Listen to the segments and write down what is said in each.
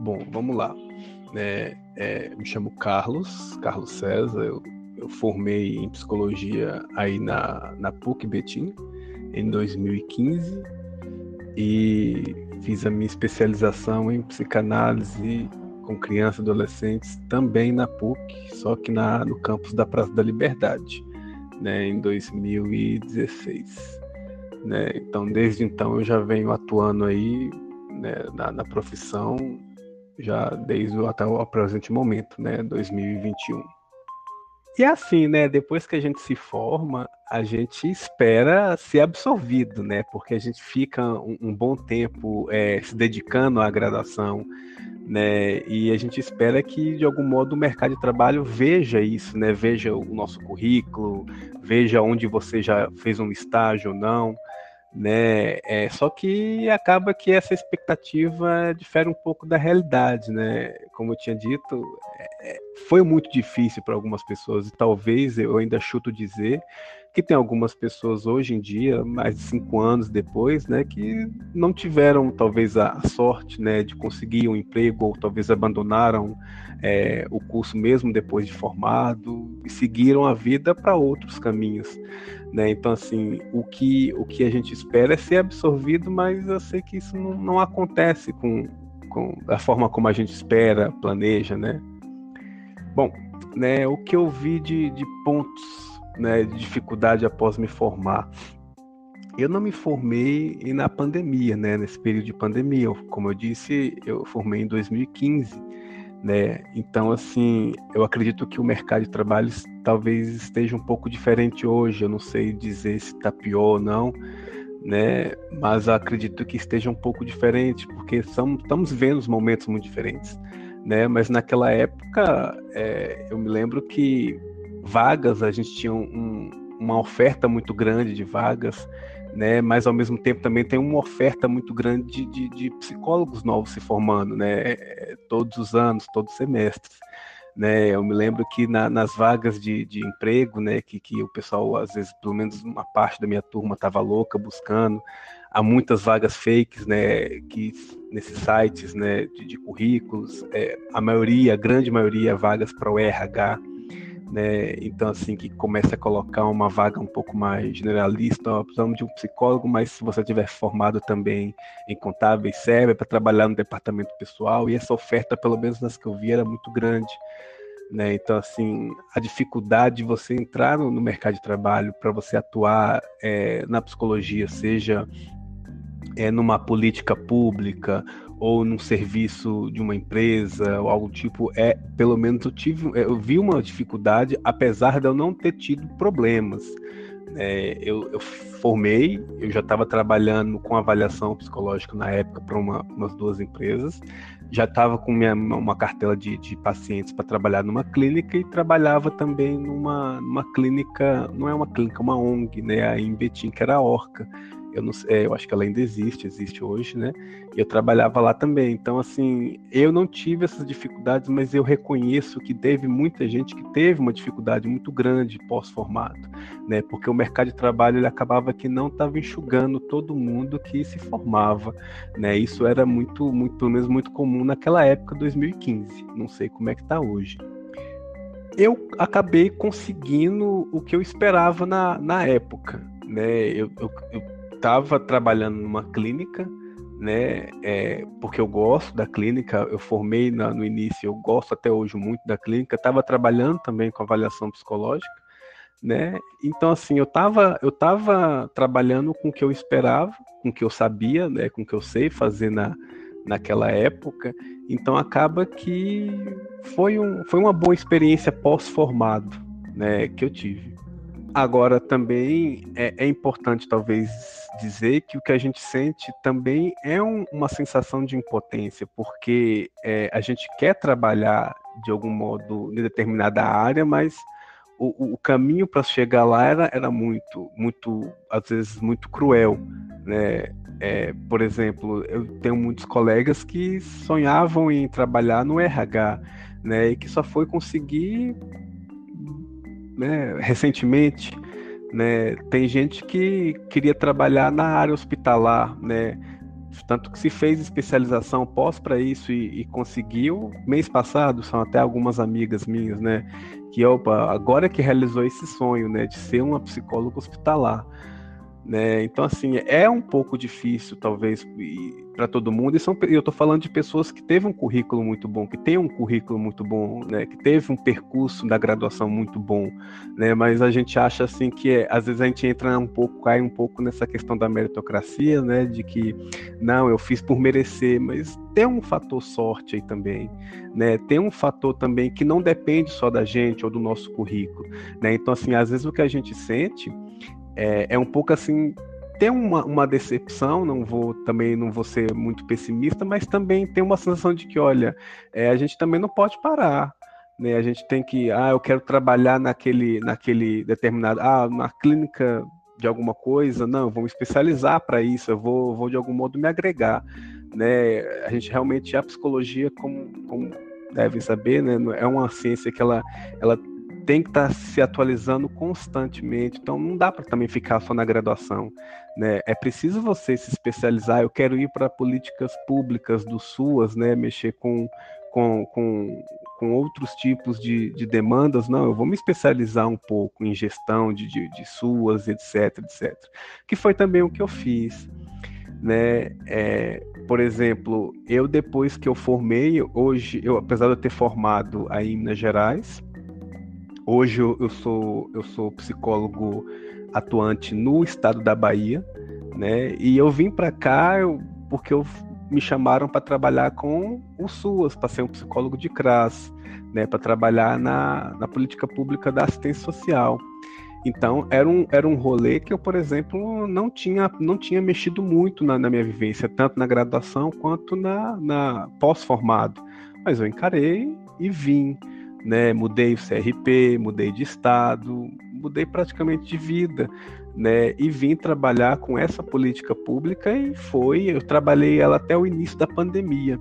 Bom, vamos lá. Me chamo Carlos César. Eu formei em psicologia aí na PUC Betim em 2015 e fiz a minha especialização em psicanálise com crianças e adolescentes também na PUC, só que no campus da Praça da Liberdade, né, em 2016. Né? Então, desde então, eu já venho atuando aí, né, na profissão, já até o presente momento, né, 2021. E assim, né, depois que a gente se forma, a gente espera ser absorvido, né, porque a gente fica um bom tempo se dedicando à graduação, né, e a gente espera que, de algum modo, o mercado de trabalho veja isso, né, veja o nosso currículo, veja onde você já fez um estágio ou não, né? Só que acaba que essa expectativa difere um pouco da realidade, né? Como eu tinha dito, foi muito difícil para algumas pessoas e talvez eu ainda chuto dizer que tem algumas pessoas hoje em dia, mais de 5 anos depois, né, que não tiveram talvez a sorte, né, de conseguir um emprego ou talvez abandonaram o curso mesmo depois de formado e seguiram a vida para outros caminhos. Né? Então, assim, o que a gente espera é ser absorvido, mas eu sei que isso não acontece com a forma como a gente espera, planeja, né? Bom, né, o que eu vi de pontos, né, de dificuldade após me formar. Eu não me formei na pandemia, né, nesse período de pandemia. Como eu disse, eu formei em 2015. Né? Então, assim, eu acredito que o mercado de trabalho talvez esteja um pouco diferente hoje. Eu não sei dizer se está pior ou não, né? Mas eu acredito que esteja um pouco diferente, porque estamos vendo os momentos muito diferentes, né? Mas naquela época, eu me lembro que vagas, a gente tinha uma oferta muito grande de vagas, né? Mas ao mesmo tempo também tem uma oferta muito grande de psicólogos novos se formando, né? Todos os anos, todos os semestres, né? Eu me lembro que nas vagas de emprego, né, que o pessoal, às vezes, pelo menos uma parte da minha turma estava louca buscando, há muitas vagas fakes, né, que nesses sites, né, de currículos, a grande maioria, vagas para o RH, né? Então, assim, que começa a colocar uma vaga um pouco mais generalista. Ó, precisamos de um psicólogo, mas se você tiver formado também em contábeis, serve para trabalhar no departamento pessoal, e essa oferta, pelo menos nas que eu vi, era muito grande, né? Então, assim, a dificuldade de você entrar no mercado de trabalho para você atuar na psicologia, seja numa política pública ou num serviço de uma empresa ou algo do tipo, pelo menos eu vi uma dificuldade, apesar de eu não ter tido problemas. Eu formei, eu já estava trabalhando com avaliação psicológica na época para umas 2 empresas, já estava com uma cartela de pacientes para trabalhar numa clínica e trabalhava também numa clínica, não é uma clínica, uma ONG, né, aí em Betim, que era a Orca. Eu não sei, eu acho que ela ainda existe hoje, né? E eu trabalhava lá também. Então, assim, eu não tive essas dificuldades, mas eu reconheço que teve muita gente que teve uma dificuldade muito grande pós-formado, né? Porque o mercado de trabalho ele acabava que não estava enxugando todo mundo que se formava, né? Isso era muito, pelo menos muito comum naquela época, 2015. Não sei como é que está hoje. Eu acabei conseguindo o que eu esperava na época, né? Eu estava trabalhando numa clínica, né? Porque eu gosto da clínica, eu formei no início, eu gosto até hoje muito da clínica, estava trabalhando também com avaliação psicológica, né? Então, assim, eu tava trabalhando com o que eu esperava, com o que eu sabia, né? Com o que eu sei fazer naquela época. Então, acaba que foi uma boa experiência pós-formado, né? Que eu tive. Agora, também é importante, talvez, dizer que o que a gente sente também é uma sensação de impotência, porque a gente quer trabalhar de algum modo em determinada área, mas o caminho para chegar lá era muito, às vezes, muito cruel, né? Por exemplo, eu tenho muitos colegas que sonhavam em trabalhar no RH, né? E que só foi conseguir, né, recentemente, né? Tem gente que queria trabalhar na área hospitalar, né? tanto que se fez especialização pós para isso e conseguiu. Mês passado, são até algumas amigas minhas, né, que opa, agora que realizou esse sonho, né, de ser uma psicóloga hospitalar, né? Então, assim, é um pouco difícil, talvez, para todo mundo, e eu estou falando de pessoas que teve um currículo muito bom, que tem um currículo muito bom, né? Que teve um percurso da graduação muito bom, né? Mas a gente acha, assim, que às vezes a gente cai um pouco nessa questão da meritocracia, né? De que, não, eu fiz por merecer, mas tem um fator sorte aí também, né? Tem um fator também que não depende só da gente ou do nosso currículo, né? Então, assim, às vezes o que a gente sente é um pouco assim, tem uma decepção, não vou ser muito pessimista, mas também tem uma sensação de que, olha, a gente também não pode parar, né? A gente tem que, eu quero trabalhar naquele determinado, na clínica de alguma coisa, não, eu vou me especializar para isso, eu vou de algum modo me agregar, né? A gente realmente, a psicologia, como devem saber, né, é uma ciência que ela tem que estar se atualizando constantemente, então não dá para também ficar só na graduação, né? É preciso você se especializar. Eu quero ir para políticas públicas do SUAS, né? Mexer com outros tipos de demandas. Não, eu vou me especializar um pouco em gestão de SUAS, etc, etc. Que foi também o que eu fiz, né? Por exemplo, eu depois que eu formei, hoje, apesar de eu ter formado aí em Minas Gerais, hoje eu sou psicólogo atuante no estado da Bahia, né? E eu vim para cá porque me chamaram para trabalhar com o SUAS, para ser um psicólogo de CRAS, né? Para trabalhar na política pública da assistência social. Então, era um rolê que eu, por exemplo, não tinha mexido muito na minha vivência, tanto na graduação quanto na pós-formado. Mas eu encarei e vim, né? Mudei o CRP, mudei de estado, mudei praticamente de vida, né? E vim trabalhar com essa política pública eu trabalhei ela até o início da pandemia.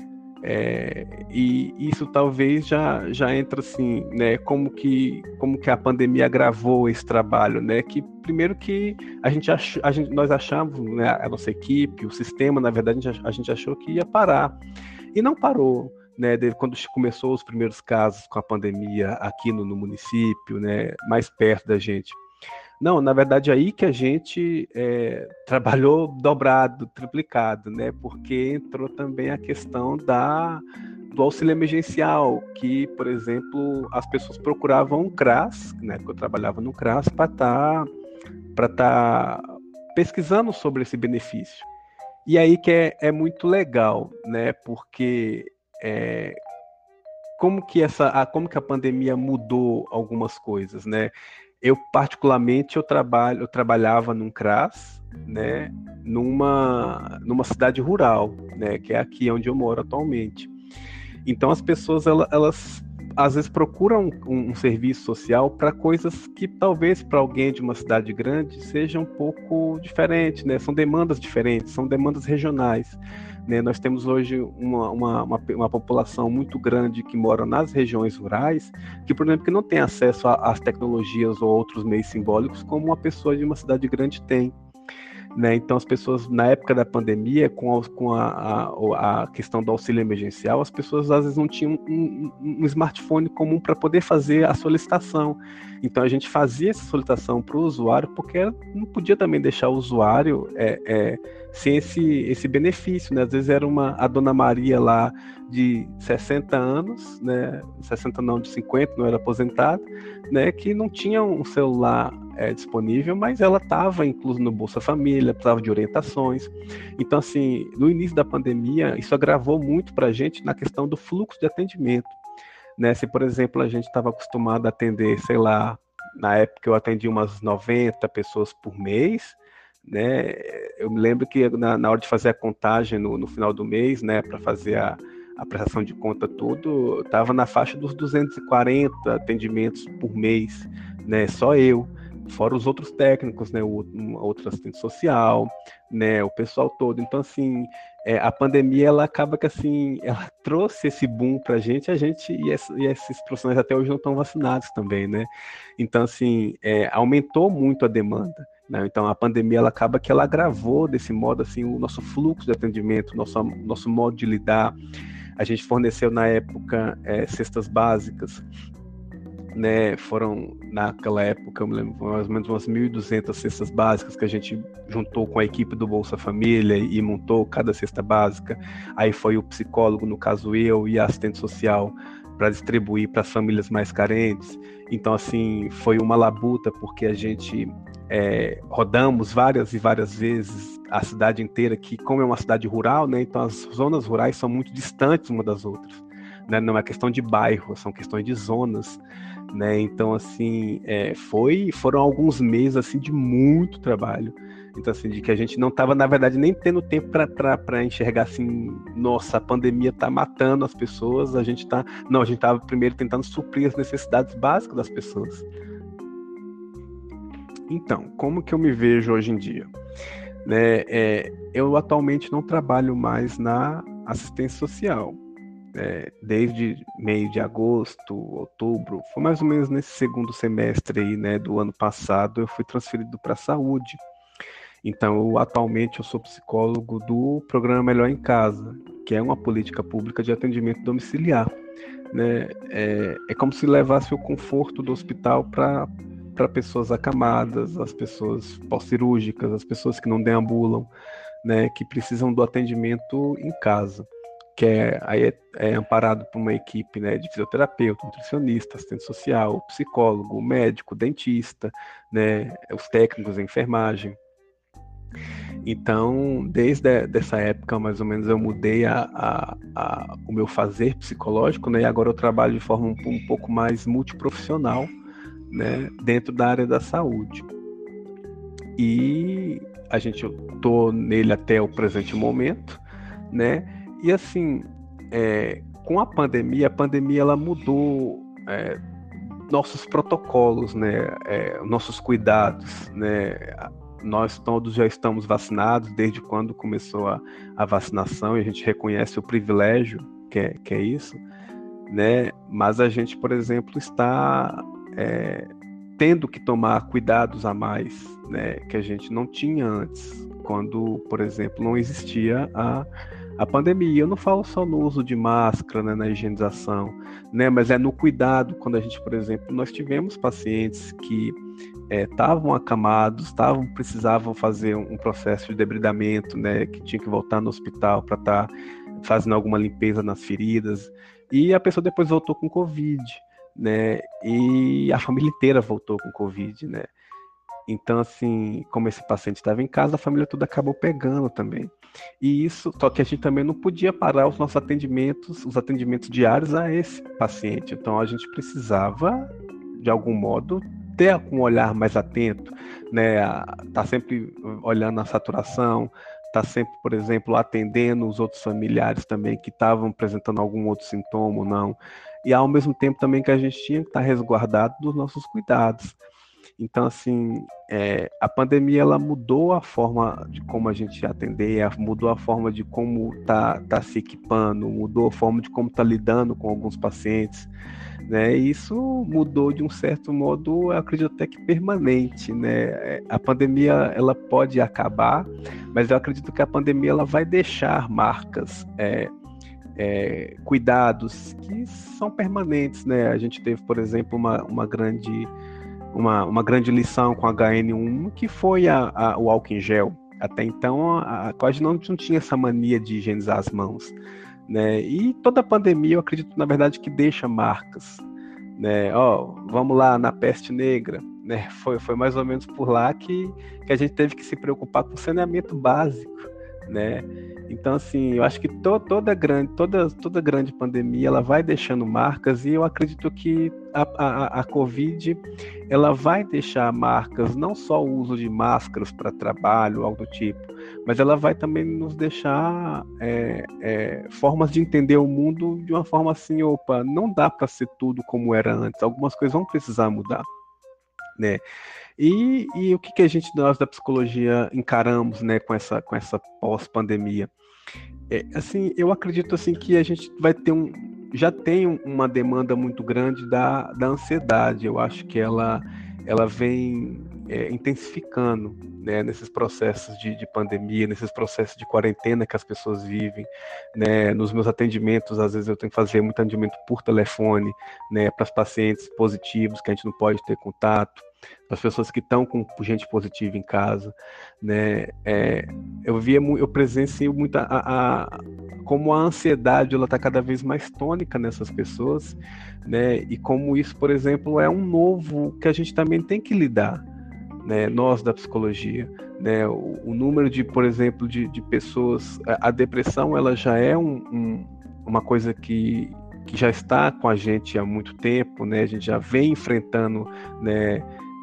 E isso talvez já entra assim, né? Como que a pandemia agravou esse trabalho, né? Que primeiro que nós achamos, né, a nossa equipe, o sistema, na verdade, a gente achou que ia parar e não parou, né? Quando começou os primeiros casos com a pandemia aqui no município, né? Mais perto da gente. Não, na verdade, aí que a gente trabalhou dobrado, triplicado, né? Porque entrou também a questão do auxílio emergencial, que, por exemplo, as pessoas procuravam um CRAS, né? Porque eu trabalhava no CRAS, para estar pesquisando sobre esse benefício. E aí que é muito legal, né? Porque como que a pandemia mudou algumas coisas, né? Eu, particularmente, eu trabalhava num CRAS, né, numa cidade rural, né, que é aqui onde eu moro atualmente. Então, as pessoas, elas às vezes procuram um serviço social para coisas que talvez para alguém de uma cidade grande seja um pouco diferente, né? São demandas diferentes, são demandas regionais, né? Nós temos hoje uma população muito grande que mora nas regiões rurais, que, por exemplo, que não tem acesso às tecnologias ou outros meios simbólicos como uma pessoa de uma cidade grande tem. Né? Então, as pessoas, na época da pandemia, com a questão do auxílio emergencial, as pessoas às vezes não tinham um smartphone comum para poder fazer a solicitação. Então, a gente fazia essa solicitação para o usuário, porque não podia também deixar o usuário sem esse benefício. Né? Às vezes era a Dona Maria lá de 60 anos, né? 60 não, de 50, não era aposentada, né? Que não tinha um celular disponível, mas ela estava incluso no Bolsa Família, precisava de orientações. Então, assim, no início da pandemia, isso agravou muito para a gente na questão do fluxo de atendimento, né? Se, por exemplo, a gente estava acostumado a atender, sei lá, na época eu atendi umas 90 pessoas por mês, né? Eu me lembro que na hora de fazer a contagem no final do mês, né, para fazer a prestação de conta tudo, estava na faixa dos 240 atendimentos por mês, né? Só eu. fora os outros técnicos, né, outro assistente social, né, o pessoal todo. Então, assim, a pandemia, ela acaba que, assim, ela trouxe esse boom pra gente, e esses profissionais até hoje não estão vacinados também, né? Então, assim, aumentou muito a demanda, né? Então, a pandemia, ela acaba que ela agravou desse modo, assim, o nosso fluxo de atendimento, nosso modo de lidar. A gente forneceu, na época, cestas básicas, né, foram, naquela época, eu me lembro, mais ou menos umas 1.200 cestas básicas que a gente juntou com a equipe do Bolsa Família e montou cada cesta básica. Aí foi o psicólogo, no caso eu, e a assistente social para distribuir para as famílias mais carentes. Então, assim, foi uma labuta, porque a gente rodamos várias e várias vezes a cidade inteira, que como é uma cidade rural, né, então as zonas rurais são muito distantes uma das outras, né, não é questão de bairro, são questões de zonas, né? Então, assim, foram alguns meses, assim, de muito trabalho. Então, assim, de que a gente não estava, na verdade, nem tendo tempo para enxergar, assim, nossa, a pandemia está matando as pessoas, a gente estava primeiro tentando suprir as necessidades básicas das pessoas. Então, como que eu me vejo hoje em dia? Né? Eu atualmente não trabalho mais na assistência social. Desde meio de agosto, outubro, foi mais ou menos nesse segundo semestre aí, né, do ano passado, eu fui transferido para a saúde. Então, atualmente eu sou psicólogo do programa Melhor em Casa, que é uma política pública de atendimento domiciliar, né? É como se levasse o conforto do hospital para pessoas acamadas, as pessoas pós-cirúrgicas, as pessoas que não deambulam, né, que precisam do atendimento em casa, que aí é amparado por uma equipe, né, de fisioterapeuta, nutricionista, assistente social, psicólogo, médico, dentista, né, os técnicos de enfermagem. Então, desde essa época, mais ou menos, eu mudei o meu fazer psicológico, né, e agora eu trabalho de forma um pouco mais multiprofissional, né, dentro da área da saúde. E eu tô nele até o presente momento, né? E assim, com a pandemia ela mudou nossos protocolos, né? Nossos cuidados, né? Nós todos já estamos vacinados desde quando começou a vacinação, e a gente reconhece o privilégio que é isso, né? Mas a gente, por exemplo, está tendo que tomar cuidados a mais, né, que a gente não tinha antes, quando, por exemplo, não existia a pandemia. Eu não falo só no uso de máscara, né, na higienização, né, mas no cuidado, quando a gente, por exemplo, nós tivemos pacientes que estavam acamados, precisavam fazer um processo de debridamento, né, que tinha que voltar no hospital para estar fazendo alguma limpeza nas feridas, e a pessoa depois voltou com Covid, né? E a família inteira voltou com Covid, né? Então, assim, como esse paciente estava em casa, a família toda acabou pegando também. E isso, só que a gente também não podia parar os nossos atendimentos, os atendimentos diários a esse paciente. Então, a gente precisava, de algum modo, ter um olhar mais atento, né? Tá sempre olhando a saturação, tá sempre, por exemplo, atendendo os outros familiares também que estavam apresentando algum outro sintoma ou não. E ao mesmo tempo também que a gente tinha que estar resguardado dos nossos cuidados. Então, assim, a pandemia, ela mudou a forma de como a gente atender, mudou a forma de como tá se equipando, mudou a forma de como tá lidando com alguns pacientes, né? E isso mudou de um certo modo, eu acredito até que permanente, né? A pandemia, ela pode acabar, mas eu acredito que a pandemia, ela vai deixar marcas, cuidados que são permanentes, né? A gente teve, por exemplo, uma grande lição com a HN1, que foi o álcool em gel. Até então, quase não tinha essa mania de higienizar as mãos, né? E toda a pandemia, eu acredito, na verdade, que deixa marcas, né? Vamos lá, na peste negra, né? Foi mais ou menos por lá que a gente teve que se preocupar com o saneamento básico, né? Então, assim, eu acho que toda grande pandemia, ela vai deixando marcas, e eu acredito que a Covid, ela vai deixar marcas, não só o uso de máscaras para trabalho, algo do tipo, mas ela vai também nos deixar formas de entender o mundo de uma forma assim, não dá para ser tudo como era antes, algumas coisas vão precisar mudar, né? E o que que nós da psicologia encaramos, né, com essa pós-pandemia? Assim, eu acredito assim que a gente vai ter já tem uma demanda muito grande da ansiedade. Eu acho que ela vem intensificando, né, nesses processos de pandemia, nesses processos de quarentena que as pessoas vivem, né? Nos meus atendimentos, às vezes eu tenho que fazer muito atendimento por telefone, né, para os pacientes positivos que a gente não pode ter contato, para as pessoas que estão com gente positiva em casa, né? Eu presencio muito como a ansiedade ela está cada vez mais tônica nessas pessoas, né? E como isso, por exemplo, é um novo que a gente também tem que lidar, né? Nós da psicologia, né? O número de, por exemplo, de pessoas, a depressão ela já é uma coisa que já está com a gente há muito tempo, né? A gente já vem enfrentando, né,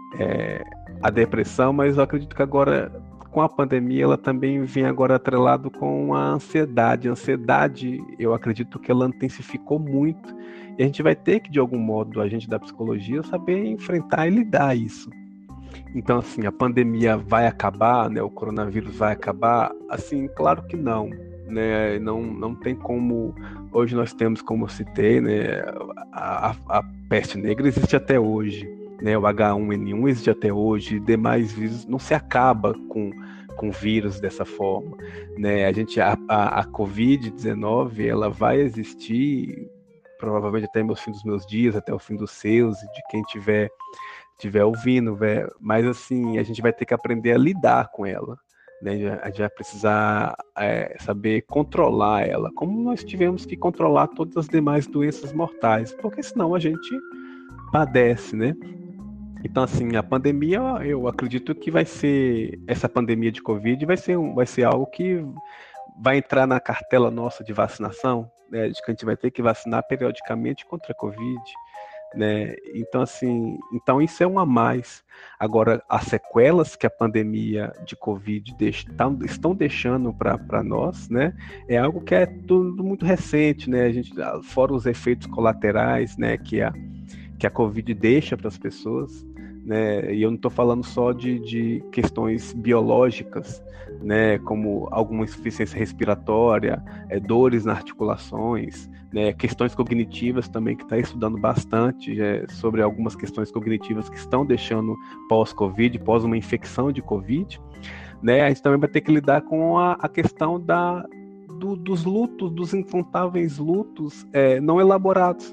a depressão, mas eu acredito que agora com a pandemia ela também vem agora atrelado com a ansiedade. A ansiedade, eu acredito que ela intensificou muito e a gente vai ter que, de algum modo, a gente da psicologia saber enfrentar e lidar isso. Então, assim, a pandemia vai acabar, né? O coronavírus vai acabar? Assim, claro que não, né? Não tem como. Hoje nós temos, como eu citei, né? A peste negra existe até hoje, né? O H1N1 existe até hoje. Demais vírus não se acaba com vírus dessa forma, né? A Covid-19 ela vai existir provavelmente até o fim dos meus dias, até o fim dos seus e de quem tiver ouvindo, velho. Mas assim, a gente vai ter que aprender a lidar com ela, né? A gente vai precisar saber controlar ela, como nós tivemos que controlar todas as demais doenças mortais, porque senão a gente padece, né? Então, assim, a pandemia, eu acredito que vai ser, essa pandemia de Covid vai ser algo que vai entrar na cartela nossa de vacinação, né? De que a gente vai ter que vacinar periodicamente contra a Covid, né? Então, assim, então isso é um a mais. Agora, as sequelas que a pandemia de Covid estão deixando para nós, né? É algo que é tudo muito recente, né? Fora os efeitos colaterais, né? Que a Covid deixa para as pessoas, né? E eu não estou falando só de questões biológicas, né? Como alguma insuficiência respiratória, dores nas articulações, né? Questões cognitivas também, que está estudando bastante sobre algumas questões cognitivas que estão deixando pós-Covid, pós uma infecção de Covid, né? A gente também vai ter que lidar com a questão dos lutos, dos incontáveis lutos não elaborados,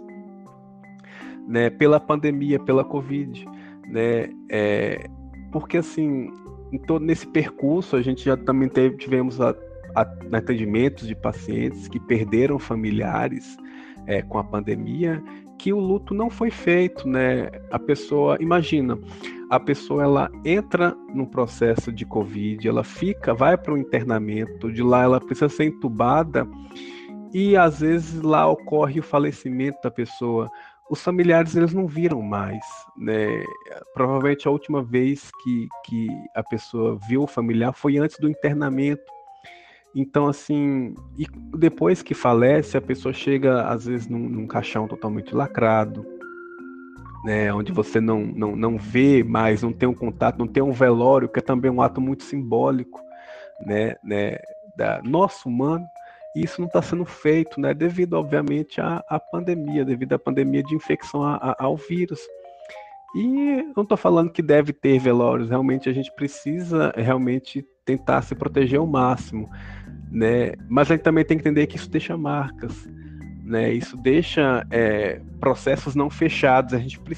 né, pela pandemia, pela Covid, né, porque assim, nesse percurso a gente já também tivemos atendimentos de pacientes que perderam familiares com a pandemia, que o luto não foi feito, né? A pessoa, imagina, a pessoa ela entra no processo de Covid, ela vai para o internamento, de lá ela precisa ser entubada e às vezes lá ocorre o falecimento da pessoa. Os familiares eles não viram mais, né? Provavelmente a última vez que a pessoa viu o familiar foi antes do internamento. Então, assim, e depois que falece, a pessoa chega às vezes num caixão totalmente lacrado, né? Onde você não vê mais, não tem um contato, não tem um velório, que é também um ato muito simbólico, né, da nosso humano. E isso não está sendo feito, né, devido, obviamente, à pandemia, devido à pandemia de infecção ao vírus. E não estou falando que deve ter velórios, realmente a gente precisa realmente tentar se proteger ao máximo, né? Mas a gente também tem que entender que isso deixa marcas, né? Isso deixa processos não fechados.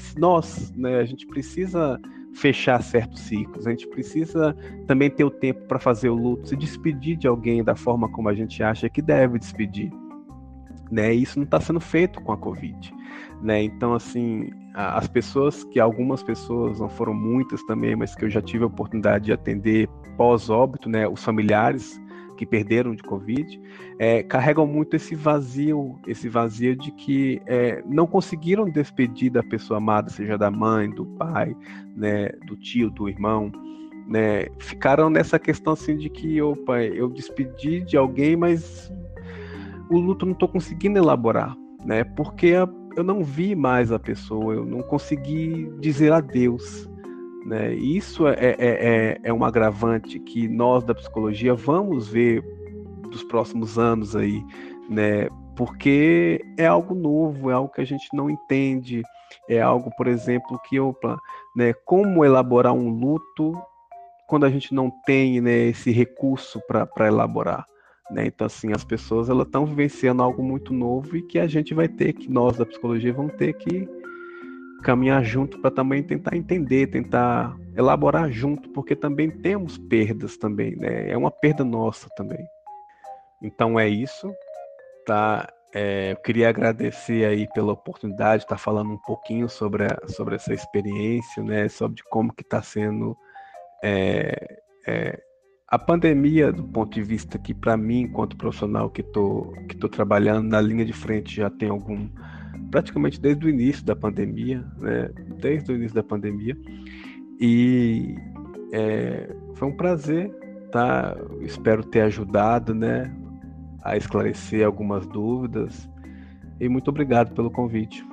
A gente precisa fechar certos ciclos. A gente precisa também ter o tempo para fazer o luto, se despedir de alguém da forma como a gente acha que deve despedir, né? Isso não está sendo feito com a Covid, né? Então, assim, algumas pessoas, não foram muitas também, mas que eu já tive a oportunidade de atender pós-óbito, né? Os familiares que perderam de Covid, carregam muito esse vazio de que não conseguiram despedir da pessoa amada, seja da mãe, do pai, né? Do tio, do irmão, né? Ficaram nessa questão assim de que, opa, eu despedi de alguém, mas o luto não estou conseguindo elaborar, né? Porque eu não vi mais a pessoa, eu não consegui dizer adeus, né? E isso é um agravante que nós da psicologia vamos ver dos próximos anos aí, né? Porque é algo novo, é algo que a gente não entende, é algo, por exemplo, que, opa, né? Como elaborar um luto quando a gente não tem, né, esse recurso para elaborar, né? Então, assim, as pessoas elas estão vivenciando algo muito novo e que a gente vai ter que, nós da psicologia, vamos ter que caminhar junto para também tentar entender, tentar elaborar junto, porque também temos perdas também, né? É uma perda nossa também. Então é isso, tá? Eu queria agradecer aí pela oportunidade de estar falando um pouquinho sobre essa experiência, né? Sobre como que está sendo é, é, a pandemia, do ponto de vista que, para mim, enquanto profissional que tô trabalhando na linha de frente já tem praticamente desde o início da pandemia, né? Desde o início da pandemia. E foi um prazer, tá? Espero ter ajudado, né, a esclarecer algumas dúvidas. E muito obrigado pelo convite.